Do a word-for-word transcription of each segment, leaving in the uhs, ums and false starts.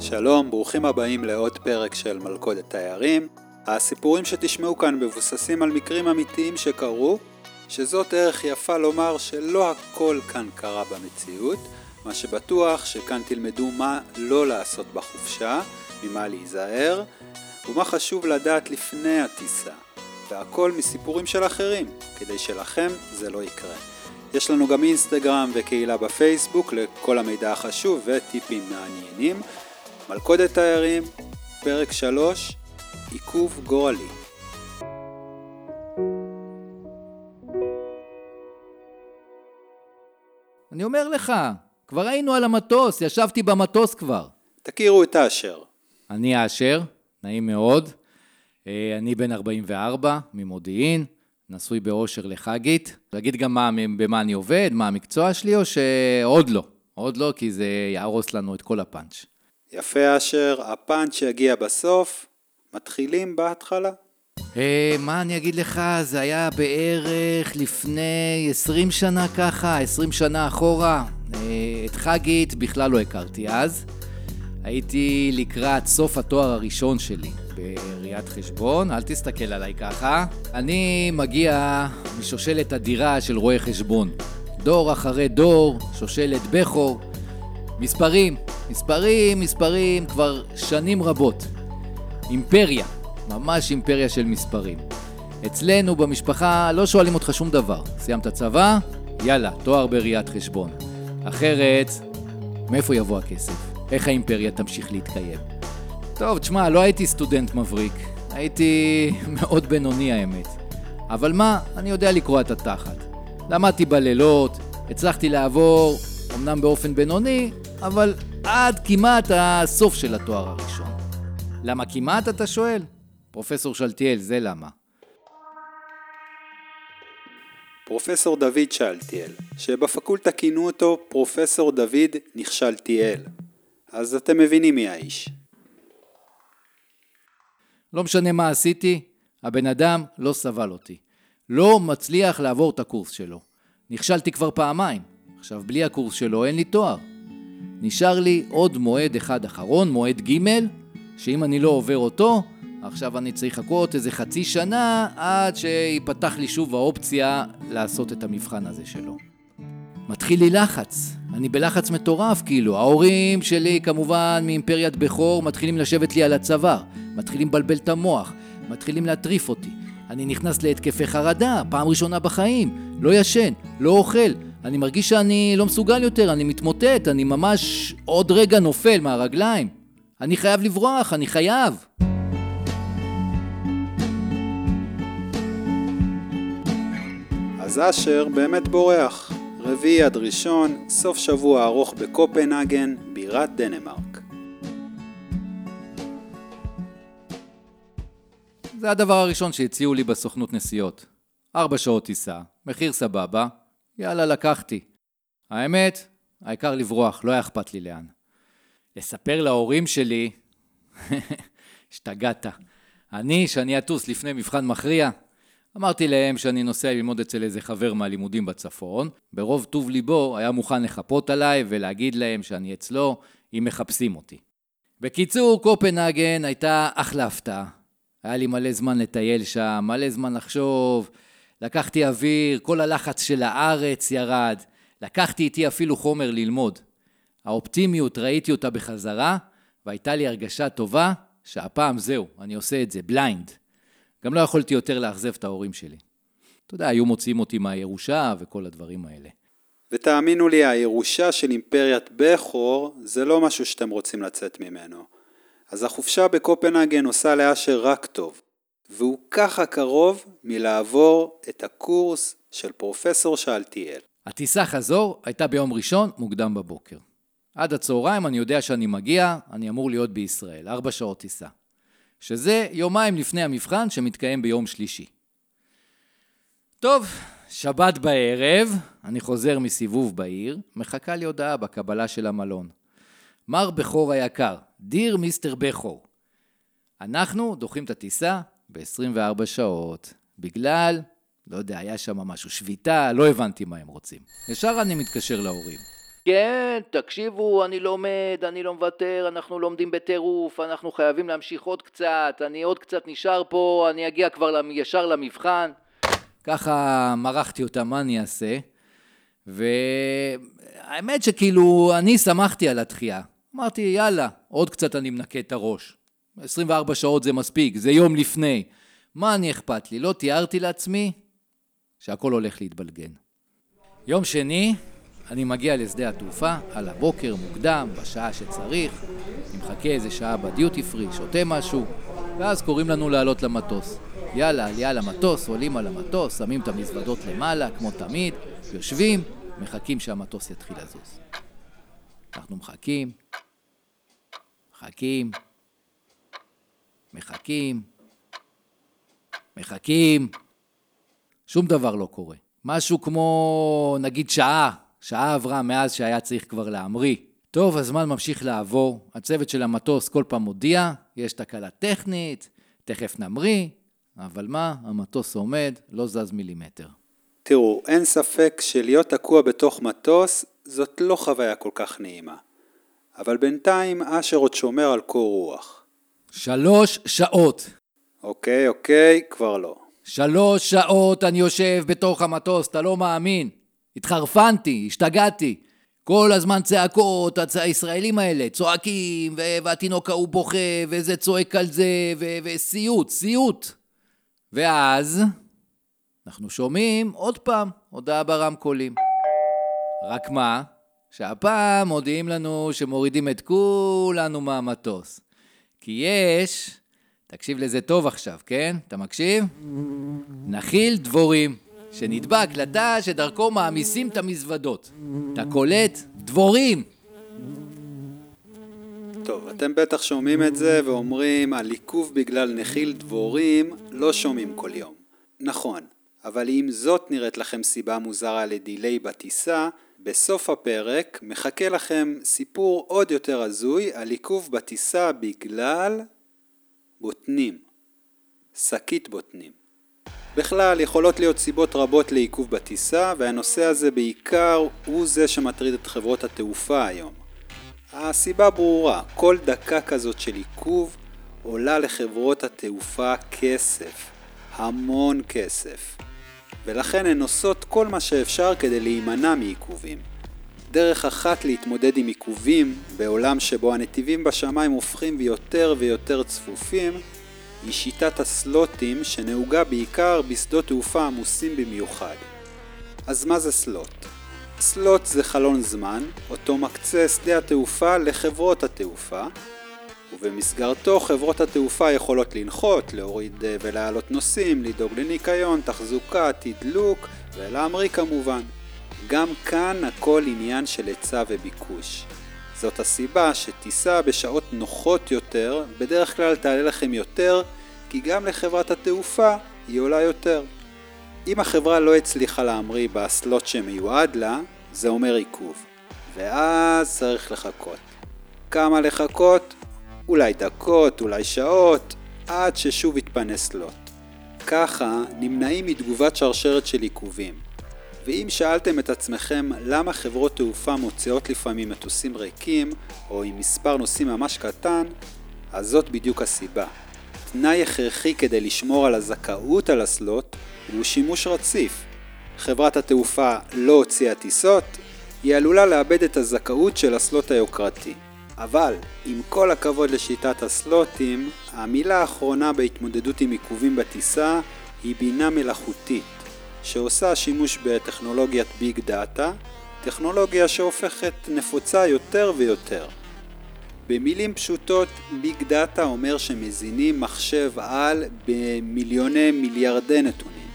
שלום, ברוכים הבאים לעוד פרק של מלכודת תיירים. הסיפורים שתשמעו כאן מבוססים על מקרים אמיתיים שקרו, שזאת ערך יפה לומר שלא הכל כאן קרה במציאות, מה שבטוח שכאן תלמדו מה לא לעשות בחופשה, ממה להיזהר, ומה חשוב לדעת לפני הטיסה, והכל מסיפורים של אחרים, כדי שלכם זה לא יקרה. יש לנו גם אינסטגרם וקהילה בפייסבוק לכל המידע החשוב וטיפים מעניינים. מלכודת תיירים, פרק שלוש, עיכוב גורלי. אני אומר לך, כבר היינו על המטוס, ישבתי במטוס כבר. תכירו את אשר. אני אשר, נעים מאוד. אני בן ארבעים וארבע, ממודיעין, נשוי באושר לחגית. להגיד גם מה, במה אני עובד, מה המקצוע שלי, או שעוד לא. עוד לא, כי זה יהרוס לנו את כל הפאנץ'. יפה אשר, הפאנץ' יגיע בסוף, מתחילים בהתחלה. אה, מה אני אגיד לך, זה היה בערך לפני עשרים שנה ככה, עשרים שנה אחורה. אה, את חגית בכלל לא הכרתי אז. הייתי לקראת סוף התואר הראשון שלי בראיית חשבון, אל תסתכל עליי ככה. אני מגיע משושלת אדירה של רואי חשבון. דור אחרי דור, שושלת בכור. מספרים, מספרים, מספרים, כבר שנים רבות. אימפריה, ממש אימפריה של מספרים. אצלנו במשפחה לא שואלים אותך שום דבר. סיימת צבא? יאללה, תואר בראיית חשבון. אחרת, מאיפה יבוא הכסף? איך האימפריה תמשיך להתקיים? טוב, תשמע, לא הייתי סטודנט מבריק. הייתי מאוד בינוני האמת. אבל מה? אני יודע לקרוא את התחת. למדתי בלילות, הצלחתי לעבור, אמנם באופן בינוני, אבל עד כמעט הסוף של התואר הראשון. למה כמעט אתה שואל? פרופסור שלטיאל, זה למה. פרופסור דוד שלטיאל, שבפקולטה כינו אותו פרופסור דוד נכשלטיאל. אז אתם מבינים מי האיש. לא משנה מה עשיתי, הבן אדם לא סבל אותי. לא מצליח לעבור את הקורס שלו. נכשלתי כבר פעמיים. עכשיו בלי הקורס שלו אין לי תואר. נשאר לי עוד מועד אחד אחרון, מועד ג', שאם אני לא עובר אותו, עכשיו אני צריך לחכות איזה חצי שנה עד שיפתח לי שוב האופציה לעשות את המבחן הזה שלו. מתחיל לי לחץ, אני בלחץ מטורף כאילו, ההורים שלי כמובן מאימפריית בכור מתחילים לשבת לי על הצוואר, מתחילים לבלבל את המוח, מתחילים להטריף אותי, אני נכנס להתקפי חרדה, פעם ראשונה בחיים, לא ישן, לא אוכל, אני מרגיש שאני לא מסוגל יותר, אני מתמוטט, אני ממש עוד רגע נופל מהרגליים, אני חייב לברוח, אני חייב. אז אשר באמת בורח. רביעי עד ראשון, סוף שבוע ארוך בקופנהגן, בירת דנמרק. זה הדבר הראשון שהציעו לי בסוכנות נסיעות. ארבע שעות טיסה, מחיר סבבה, יאללה לקחתי. האמת, העיקר לברוח, לא היה אכפת לי לאן. לספר להורים שלי, השתגעת. אני, שאני אטוס לפני מבחן מכריע, אמרתי להם שאני נוסע ללמוד אצל איזה חבר מהלימודים בצפון, ברוב טוב ליבו היה מוכן לחפות עליי ולהגיד להם שאני אצלו אם מחפשים אותי. בקיצור, קופנהגן הייתה אחלה הפתעה. היה לי מלא זמן לטייל שם, מלא זמן לחשוב, לקחתי אוויר, כל הלחץ של הארץ ירד, לקחתי איתי אפילו חומר ללמוד. האופטימיות ראיתי אותה בחזרה, והייתה לי הרגשה טובה שהפעם זהו, אני עושה את זה, בליינד. גם לא יכולתי יותר לאכזב את ההורים שלי. אתה יודע, היו מוציאים אותי מהירושה וכל הדברים האלה. ותאמינו לי, הירושה של אימפריית בכור זה לא משהו שאתם רוצים לצאת ממנו. אז החופשה בקופנהגן עושה לאשר רק טוב. והוא ככה קרוב מלעבור את הקורס של פרופסור שלטיאל. הטיסה חזור הייתה ביום ראשון מוקדם בבוקר. עד הצהריים אני יודע שאני מגיע, אני אמור להיות בישראל, ארבע שעות טיסה. שזה יומיים לפני המבחן שמתקיים ביום שלישי. טוב, שבת בערב, אני חוזר מסיבוב בעיר, מחכה לי הודעה בקבלה של המלון. מר בכור היקר, דיר מיסטר בכור. אנחנו דוחים את הטיסה ב-עשרים וארבע שעות, בגלל, לא יודע, היה שם משהו, שביתה, לא הבנתי מה הם רוצים. ישר אני מתקשר להורים. כן, תקשיבו, אני לומד, אני לא מוותר, אנחנו לומדים בטירוף, אנחנו חייבים להמשיך עוד קצת, אני עוד קצת נשאר פה, אני אגיע כבר ישר למבחן. ככה מרחתי אותה, מה אני אעשה? והאמת שכאילו אני שמחתי על התחייה. אמרתי, יאללה, עוד קצת אני מנקה את הראש. עשרים וארבע שעות זה מספיק, זה יום לפני. מה אני אכפת לי? לא תיארתי לעצמי שהכל הולך להתבלגן. יום שני, אני מגיע לשדה התעופה, על הבוקר מוקדם, בשעה שצריך. אני מחכה איזה שעה בדיוטי פרי, שותה משהו, ואז קוראים לנו לעלות למטוס. יאללה, עלייה למטוס, עולים על המטוס, שמים את המזוודות למעלה, כמו תמיד, יושבים, מחכים שהמטוס יתחיל לזוז. אנחנו מחכים, מחכים, מחכים, מחכים, שום דבר לא קורה. משהו כמו, נגיד, שעה, שעה עברה מאז שהיה צריך כבר להמריא. טוב, הזמן ממשיך לעבור, הצוות של המטוס כל פעם מודיע, יש תקלה טכנית, תכף נמריא, אבל מה? המטוס עומד, לא זז מילימטר. תראו, אין ספק שלהיות תקוע בתוך מטוס זאת לא חוויה כל כך נעימה. אבל בינתיים אשר עוד שומר על קור רוח. שלוש שעות. אוקיי, אוקיי, כבר לא. שלוש שעות אני יושב בתוך המטוס, אתה לא מאמין. התחרפנתי, השתגעתי. כל הזמן צעקות, הישראלים האלה, צועקים, והתינוק ההוא בוכה, וזה צועק על זה, וסיוט, סיוט. ואז אנחנו שומעים עוד פעם הודעה ברמקולים. רק מה? שהפעם מודיעים לנו שמורידים את כולנו מהמטוס. כי יש, תקשיב לזה טוב עכשיו, כן? אתה מקשיב? נחיל דבורים, שנדבק לתא שדרכו מעמיסים את המזוודות. אתה קולט? דבורים! טוב, אתם בטח שומעים את זה ואומרים, על עיכוב בגלל נחיל דבורים לא שומעים כל יום. נכון, אבל אם זאת נראית לכם סיבה מוזרה לדילי בטיסה, בסוף הפרק מחכה לכם סיפור עוד יותר הזוי על עיכוב בטיסה בגלל בוטנים, שקית בוטנים. בכלל יכולות להיות סיבות רבות לעיכוב בטיסה, והנושא הזה בעיקר הוא זה שמטריד את חברות התעופה היום. הסיבה ברורה, כל דקה כזאת של עיכוב עולה לחברות התעופה כסף, המון כסף. ולכן הן עושות כל מה שאפשר כדי להימנע מעיכובים. דרך אחת להתמודד עם עיכובים בעולם שבו הנתיבים בשמיים הופכים ויותר ויותר צפופים, היא שיטת הסלוטים שנהוגה בעיקר בשדות תעופה עמוסים במיוחד. אז מה זה סלוט? סלוט זה חלון זמן, אותו מקצה שדה התעופה לחברות התעופה, ובמסגרתו חברות התעופה יכולות לנחות, להוריד ולהעלות נוסעים, לדאוג לניקיון, תחזוקה, תדלוק ולהמריא כמובן. גם כאן הכל עניין של היצע וביקוש. זאת הסיבה שטיסה בשעות נוחות יותר, בדרך כלל תעלה לכם יותר, כי גם לחברת התעופה היא עולה יותר. אם החברה לא הצליחה להמריא בסלוט שמיועד לה, זה אומר עיכוב. ואז צריך לחכות. כמה לחכות? אולי דקות, אולי שעות, עד ששוב יתפנה סלוט. ככה נמנעים מתגובת שרשרת של עיכובים. ואם שאלתם את עצמכם למה חברות תעופה מוציאות לפעמים מטוסים ריקים, או עם מספר נוסעים ממש קטן, אז זאת בדיוק הסיבה. תנאי הכרחי כדי לשמור על הזכאות על הסלוט הוא שימוש רציף. חברת התעופה לא הוציאה טיסות, היא עלולה לאבד את הזכאות של הסלוט היוקרתי. אבל עם כל הכבוד לשיטת הסלוטים, המילה האחרונה בהתמודדות עם עיכובים בטיסה היא בינה מלאכותית, שעושה שימוש בטכנולוגיית ביג דאטה, טכנולוגיה שהופכת נפוצה יותר ויותר. במילים פשוטות, ביג דאטה אומר שמזינים מחשב על במיליוני מיליארדי נתונים.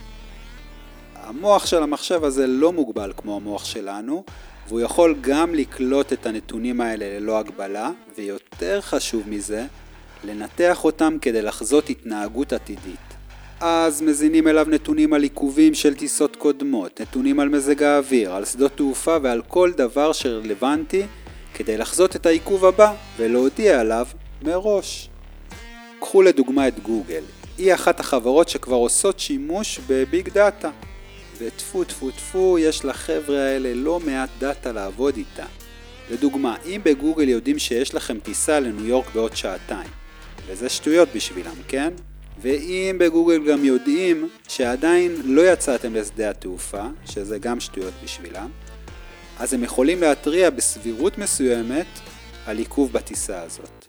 המוח של המחשב הזה לא מוגבל כמו המוח שלנו, והוא יכול גם לקלוט את הנתונים האלה ללא הגבלה, ויותר חשוב מזה, לנתח אותם כדי לחזות התנהגות עתידית. אז מזינים אליו נתונים על עיכובים של טיסות קודמות, נתונים על מזג האוויר, על שדות תעופה ועל כל דבר שרלוונטי, כדי לחזות את העיכוב הבא ולהודיע עליו מראש. קחו לדוגמה את גוגל, היא אחת החברות שכבר עושות שימוש בביג דאטה. וטפו טפו טפו יש לחבר'ה האלה לא מעט דאטה לעבוד איתה. לדוגמה, אם בגוגל יודעים שיש לכם טיסה לניו יורק בעוד שעתיים, וזה שטויות בשבילם, כן? ואם בגוגל גם יודעים שעדיין לא יצאתם לשדה התעופה, שזה גם שטויות בשבילם, אז הם יכולים להתריע בסבירות מסוימת על עיכוב בטיסה הזאת.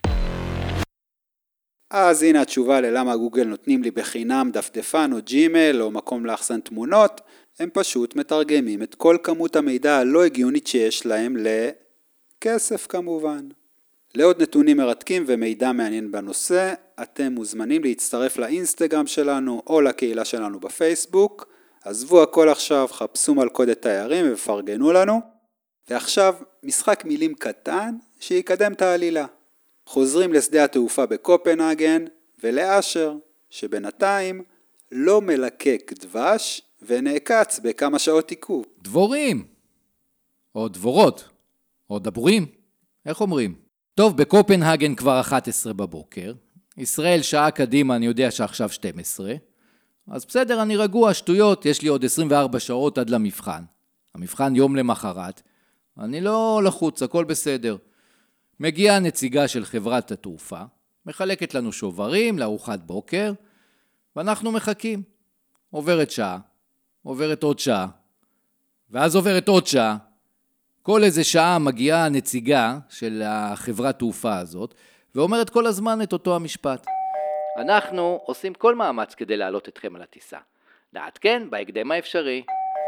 אז הנה התשובה ללמה גוגל נותנים לי בחינם דפדפן או ג'ימייל או מקום לאחסן תמונות, הם פשוט מתרגמים את כל כמות המידע הלא הגיונית שיש להם לכסף כמובן. לעוד נתונים מרתקים ומידע מעניין בנושא, אתם מוזמנים להצטרף לאינסטגרם שלנו או לקהילה שלנו בפייסבוק. עזבו הכל עכשיו, חפשו מלכודת תיירים ופרגנו לנו. ועכשיו משחק מילים קטן שיקדם את העלילה. חוזרים לשדה התעופה בקופנהגן ולאשר שבינתיים לא מלקק דבש ונעקץ בכמה שעות עיכוב. דבורים, או דבורות, או דבורים, איך אומרים? טוב, בקופנהגן כבר אחת עשרה בבוקר, ישראל שעה קדימה, אני יודע שעכשיו שתים עשרה, אז בסדר, אני רגוע, שטויות, יש לי עוד עשרים וארבע שעות עד למבחן. המבחן יום למחרת, אני לא לחוץ, הכל בסדר. מגיעה נציגה של חברת התעופה, מחלקת לנו שוברים לארוחת בוקר, ואנחנו מחכים. עוברת שעה, עוברת עוד שעה, ואז עוברת עוד שעה. כל איזה שעה מגיעה הנציגה של החברת תעופה הזאת, ואומרת כל הזמן את אותו המשפט. אנחנו עושים כל מאמץ כדי להעלות אתכם על הטיסה. לעדכן בהקדם האפשרי.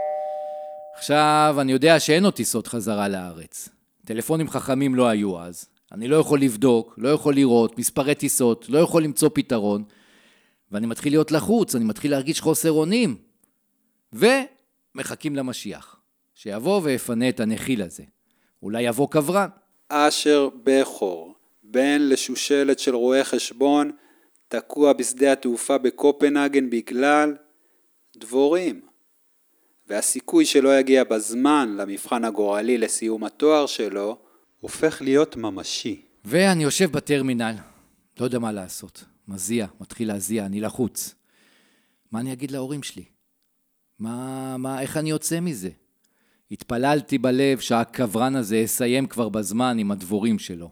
עכשיו, אני יודע שאין עוד טיסות חזרה לארץ. טלפונים חכמים לא היו אז. אני לא יכול לבדוק, לא יכול לראות, מספרי טיסות, לא יכול למצוא פתרון. ואני מתחיל להיות לחוץ, אני מתחיל להרגיש חוסר אונים. ומחכים למשיח, שיבוא ויפנה את הנחיל הזה. אולי יבוא קברן. אשר בכור, בן לשושלת של רואי חשבון, תקוע בשדה התעופה בקופנהגן בגלל דבורים. והסיכוי שלא יגיע בזמן למבחן הגורלי לסיום התואר שלו, הופך להיות ממשי. ואני יושב בטרמינל, לא יודע מה לעשות. מזיע, מתחיל להזיע, אני לחוץ. מה אני אגיד להורים שלי? מה, מה, איך אני יוצא מזה? התפללתי בלב שהקברן הזה יסיים כבר בזמן עם הדבורים שלו.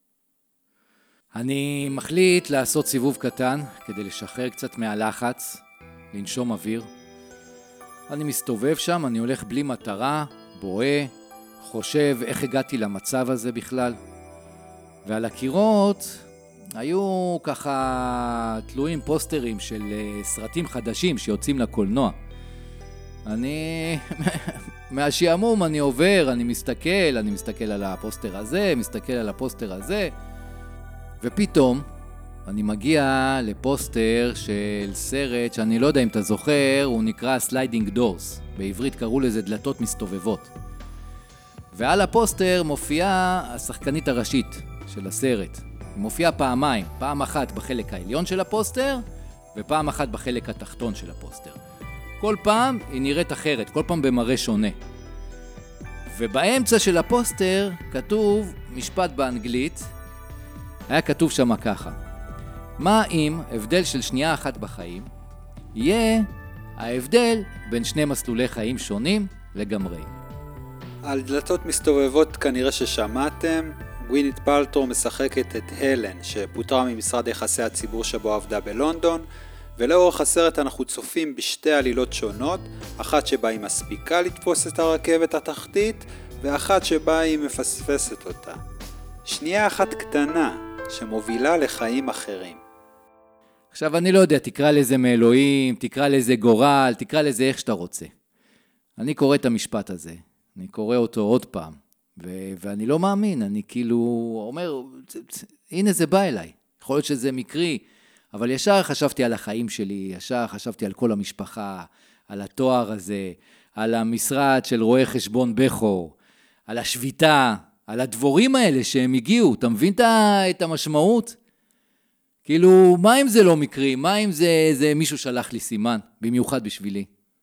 אני מחליט לעשות סיבוב קטן כדי לשחרר קצת מהלחץ, לנשום אוויר. אני מסתובב שם, אני הולך בלי מטרה, בואה, חושב איך הגעתי למצב הזה בכלל. ועל הקירות היו ככה תלויים פוסטרים של סרטים חדשים שיוצאים לקולנוע. אני, מהשעמום אני עובר, אני מסתכל, אני מסתכל על הפוסטר הזה, מסתכל על הפוסטר הזה, ופתאום אני מגיע לפוסטר של סרט שאני לא יודע אם אתה זוכר, הוא נקרא Sliding Doors, בעברית קראו לזה דלתות מסתובבות. ועל הפוסטר מופיעה השחקנית הראשית של הסרט. היא מופיעה פעמיים, פעם אחת בחלק העליון של הפוסטר, ופעם אחת בחלק התחתון של הפוסטר. כל פעם היא נראית אחרת, כל פעם במראה שונה. ובאמצע של הפוסטר כתוב משפט באנגלית, היה כתוב שם ככה: מה אם הבדל של שנייה אחת בחיים יהיה ההבדל בין שני מסלולי חיים שונים לגמרי. על דלתות מסתובבות כנראה ששמעתם. גווינית פלטרו משחקת את הלן שפוטרה ממשרד יחסי הציבור שבו עבדה בלונדון, ולאורך הסרט אנחנו צופים בשתי עלילות שונות, אחת שבה היא מספיקה לתפוס את הרכבת התחתית ואחת שבה היא מפספסת אותה. שנייה אחת קטנה שמובילה לחיים אחרים. עכשיו אני לא יודע, תקרא לזה מאלוהים, תקרא לזה גורל, תקרא לזה איך שאתה רוצה. אני קורא את המשפט הזה, אני קורא אותו עוד פעם, ו- ואני לא מאמין, אני כאילו אומר, הנה זה בא אליי, יכול להיות שזה מקרי, אבל ישר חשבתי על החיים שלי, ישר חשבתי על כל המשפחה, על התואר הזה, על המשרד של רואה חשבון בכור, על השביתה, על הדבורים האלה שהם הגיעו, אתה מבין את המשמעות? כאילו, מה אם זה לא מקרי? מה אם זה, זה מישהו שלח לי סימן, במיוחד בשבילי?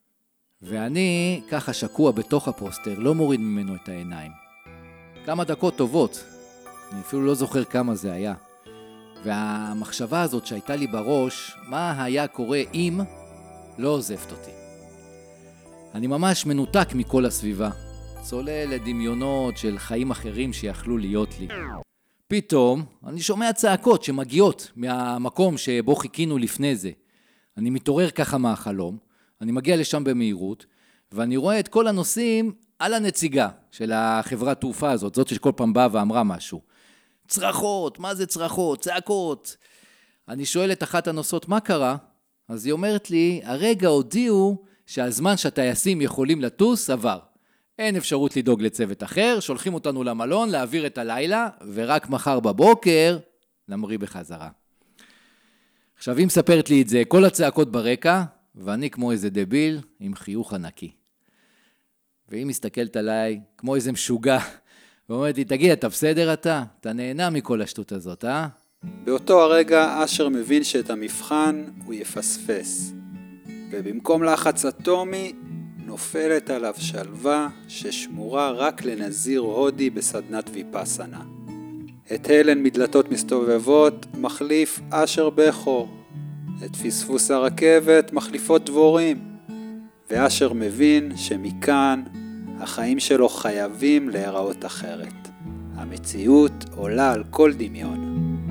ואני ככה שקוע בתוך הפוסטר, לא מוריד ממנו את העיניים. כמה דקות טובות, אני אפילו לא זוכר כמה זה היה. והמחשבה הזאת שהייתה לי בראש, מה היה קורה אם לא עוזבת אותי. אני ממש מנותק מכל הסביבה. צולל לדמיונות של חיים אחרים שיכלו להיות לי. פתאום אני שומע צעקות שמגיעות מהמקום שבו חיכינו לפני זה. אני מתעורר ככה מהחלום, אני מגיע לשם במהירות, ואני רואה את כל הנוסעים על הנציגה של החברת תעופה הזאת, זאת שכל פעם באה ואמרה משהו. צרחות, מה זה צרחות? צעקות. אני שואל את אחת הנוסעות, מה קרה? אז היא אומרת לי, הרגע הודיעו שהזמן שהטייסים יכולים לטוס עבר. אין אפשרות לדאוג לצוות אחר, שולחים אותנו למלון להעביר את הלילה, ורק מחר בבוקר נמריא בחזרה. עכשיו היא מספרת לי את זה, כל הצעקות ברקע, ואני כמו איזה דביל עם חיוך ענקי. והיא מסתכלת עליי כמו איזה משוגע, ואומרת לי, תגיד, אתה בסדר אתה? אתה נהנה מכל השטות הזאת, אה? באותו הרגע אשר מבין שאת המבחן הוא יפספס, ובמקום לחץ אטומי נופלת עליו שלווה ששמורה רק לנזיר הודי בסדנת ויפאסנה. את הלן מדלתות מסתובבות מחליף אשר בכור, את פספוס הרכבת מחליפות דבורים, ואשר מבין שמכאן החיים שלו חייבים להיראות אחרת. המציאות עולה על כל דמיון.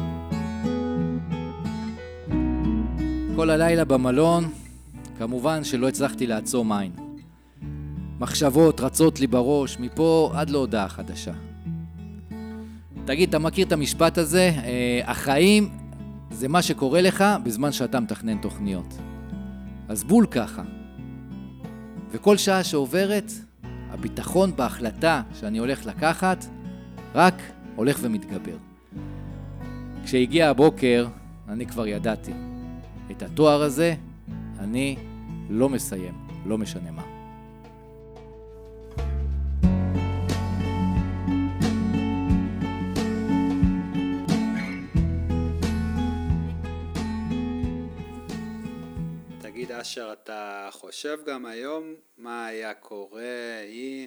כל הלילה במלון, כמובן שלא הצלחתי לעצום עין. מחשבות רצות לי בראש, מפה עד להודעה חדשה. תגיד, אתה מכיר את המשפט הזה? החיים זה מה שקורה לך בזמן שאתה מתכנן תוכניות. אז בול ככה. וכל שעה שעוברת, הביטחון בהחלטה שאני הולך לקחת, רק הולך ומתגבר. כשהגיע הבוקר, אני כבר ידעתי. את התואר הזה, אני לא מסיים, לא משנה מה. תגיד אשר, אתה חושב גם היום מה היה קורה אם...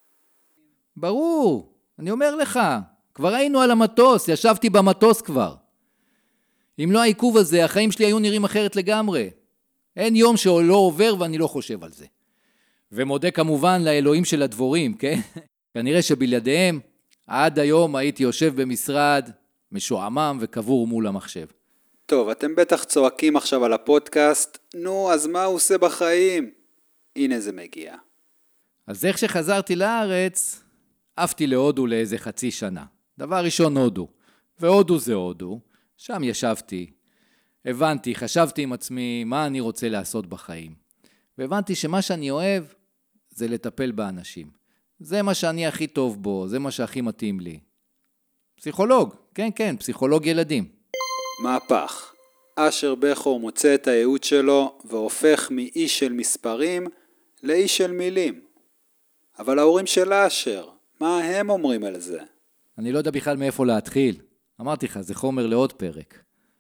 ברור, אני אומר לך, כבר היינו על המטוס, ישבתי במטוס כבר. אם לא העיכוב הזה, החיים שלי היו נראים אחרת לגמרי. אין יום שלא עובר ואני לא חושב על זה. ומודה כמובן לאלוהים של הדבורים, כן? כנראה שבלעדיהם, עד היום הייתי יושב במשרד, משועמם וקבור מול המחשב. טוב, אתם בטח צועקים עכשיו על הפודקאסט, נו, אז מה הוא עושה בחיים? הנה זה מגיע. אז איך שחזרתי לארץ, עפתי להודו לאיזה חצי שנה. דבר ראשון הודו, והודו זה הודו, שם ישבתי, הבנתי, חשבתי עם עצמי מה אני רוצה לעשות בחיים. והבנתי שמה שאני אוהב זה לטפל באנשים. זה מה שאני הכי טוב בו, זה מה שהכי מתאים לי. פסיכולוג, כן כן, פסיכולוג ילדים. מהפך. אשר בכור מוצא את הייעוד שלו והופך מאיש של מספרים לאיש של מילים. אבל ההורים של אשר, מה הם אומרים על זה? אני לא יודע בכלל מאיפה להתחיל. אמרתי לך, זה חומר לעוד פרק.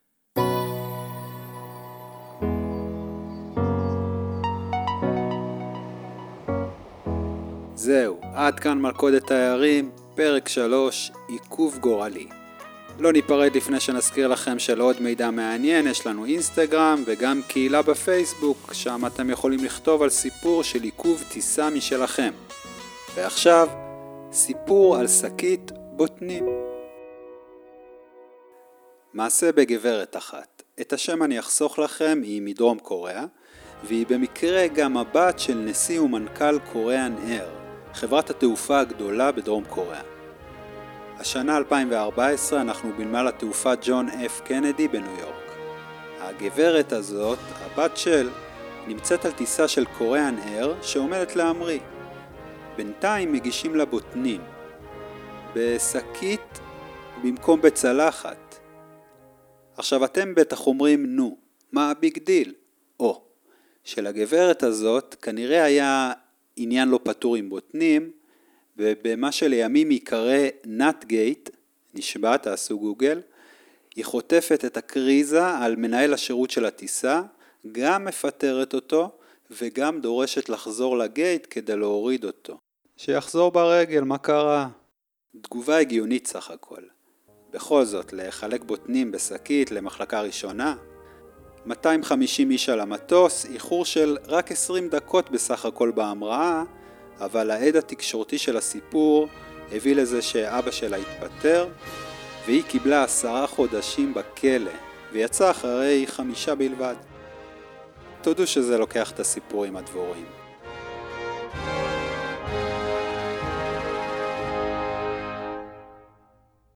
זהו, עד כאן מלכודת תיירים, פרק שלוש, עיכוב גורלי. לא ניפרד לפני שנזכיר לכם שלעוד מידע מעניין יש לנו אינסטגרם וגם קהילה בפייסבוק, שם אתם יכולים לכתוב על סיפור של עיכוב טיסה משלכם. ועכשיו, סיפור על שקית בוטנים. מעשה בגברת אחת. את השם אני אחסוך לכם, היא מדרום קוריאה, והיא במקרה גם הבת של נשיא ומנכ"ל קוריאן אייר, חברת התעופה הגדולה בדרום קוריאה. השנה אלפיים וארבע עשרה אנחנו בנמל התעופה ג'ון אף קנדי בניו יורק. הגברת הזאת, הבת של, נמצאת על טיסה של קוריאן אייר שעומדת להמריא. בינתיים מגישים לה בוטנים, בשקית במקום בצלחת. עכשיו אתם בטח אומרים, נו, מה הביג דיל? או, שלגברת הזאת כנראה היה עניין לא פתור עם בוטנים, ובמה שלימים יקרא נאט גייט, נשבע, תעשו גוגל, היא חוטפת את הקריזה על מנהל השירות של הטיסה, גם מפטרת אותו, וגם דורשת לחזור לגייט כדי להוריד אותו. שיחזור ברגל, מה קרה? תגובה הגיונית סך הכל. בכל זאת, לחלק בוטנים בשקית למחלקה ראשונה, מאתיים וחמישים איש על המטוס, איחור של רק עשרים דקות בסך הכל בהמראה, אבל העד התקשורתי של הסיפור הביא לזה שאבא שלה התפטר, והיא קיבלה עשרה חודשים בכלא, ויצאה אחרי חמישה בלבד. תודו שזה לוקח את הסיפור עם הדבורים.